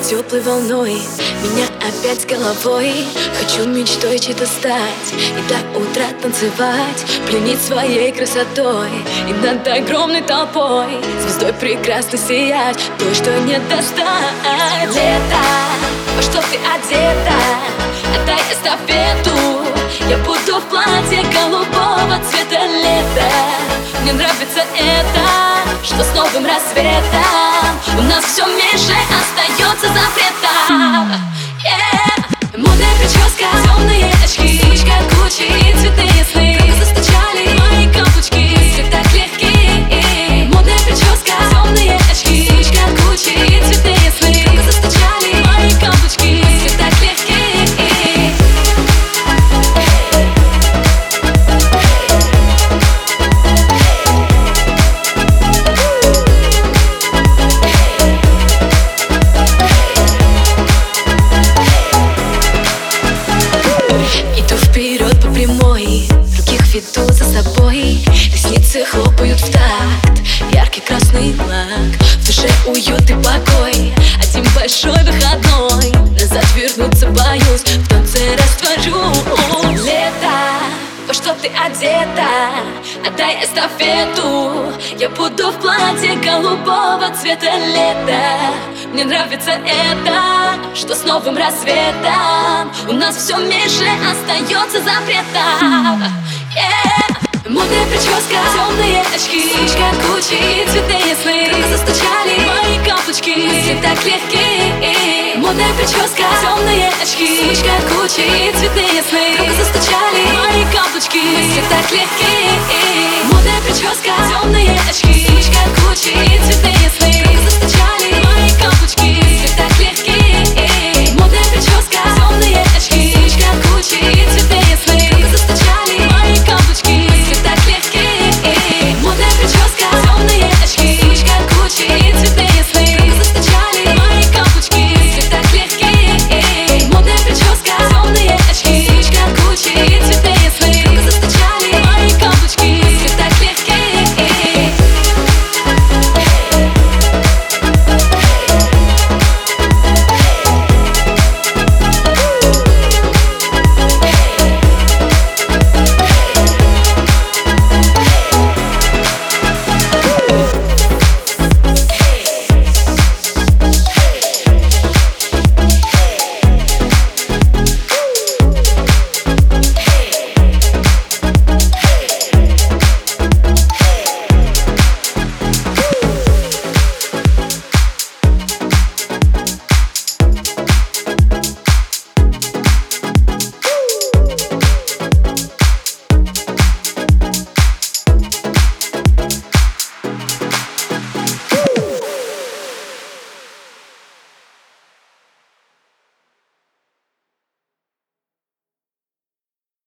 теплой волной, меня опять с головой. Хочу мечтой чьей-то стать и до утра танцевать, пленить своей красотой и над огромной толпой звездой прекрасно сиять, той, что не достать. Лето, во что ты одета? Отдай эстафету. Я буду в платье голубого цвета. Лето, мне нравится это, что с новым рассветом у нас все меньше остается запретом. Модная прическа, темные очки, сумочка Гуччи и цветные сны. Как застучали мои каблучки, все так легки. Модная прическа, темные очки, сумочка Гуччи и цветные сны. Как застучали мои каблучки, все так легки. Вперед по прямой, других веду за собой. Ресницы хлопают в такт, яркий красный лак. В душе уют и покой, один большой выходной. Назад вернуться боюсь, в танце растворюсь. Лето, во что ты одета? Отдай эстафету. Я буду в платье голубого цвета. Лето, мне нравится это, что с новым рассветом у нас все меньше остается запретом. Модная прическа, темные очки, сумочка Гуччи и цветные сны. Громко застучали мои каблучки, все так легки. Модная прическа, темные очки, сумочка Гуччи и цветные сны. Громко застучали мои каблучки, все так легки. Модная прическа, темные очки, сумочка Гуччи и цветные сны.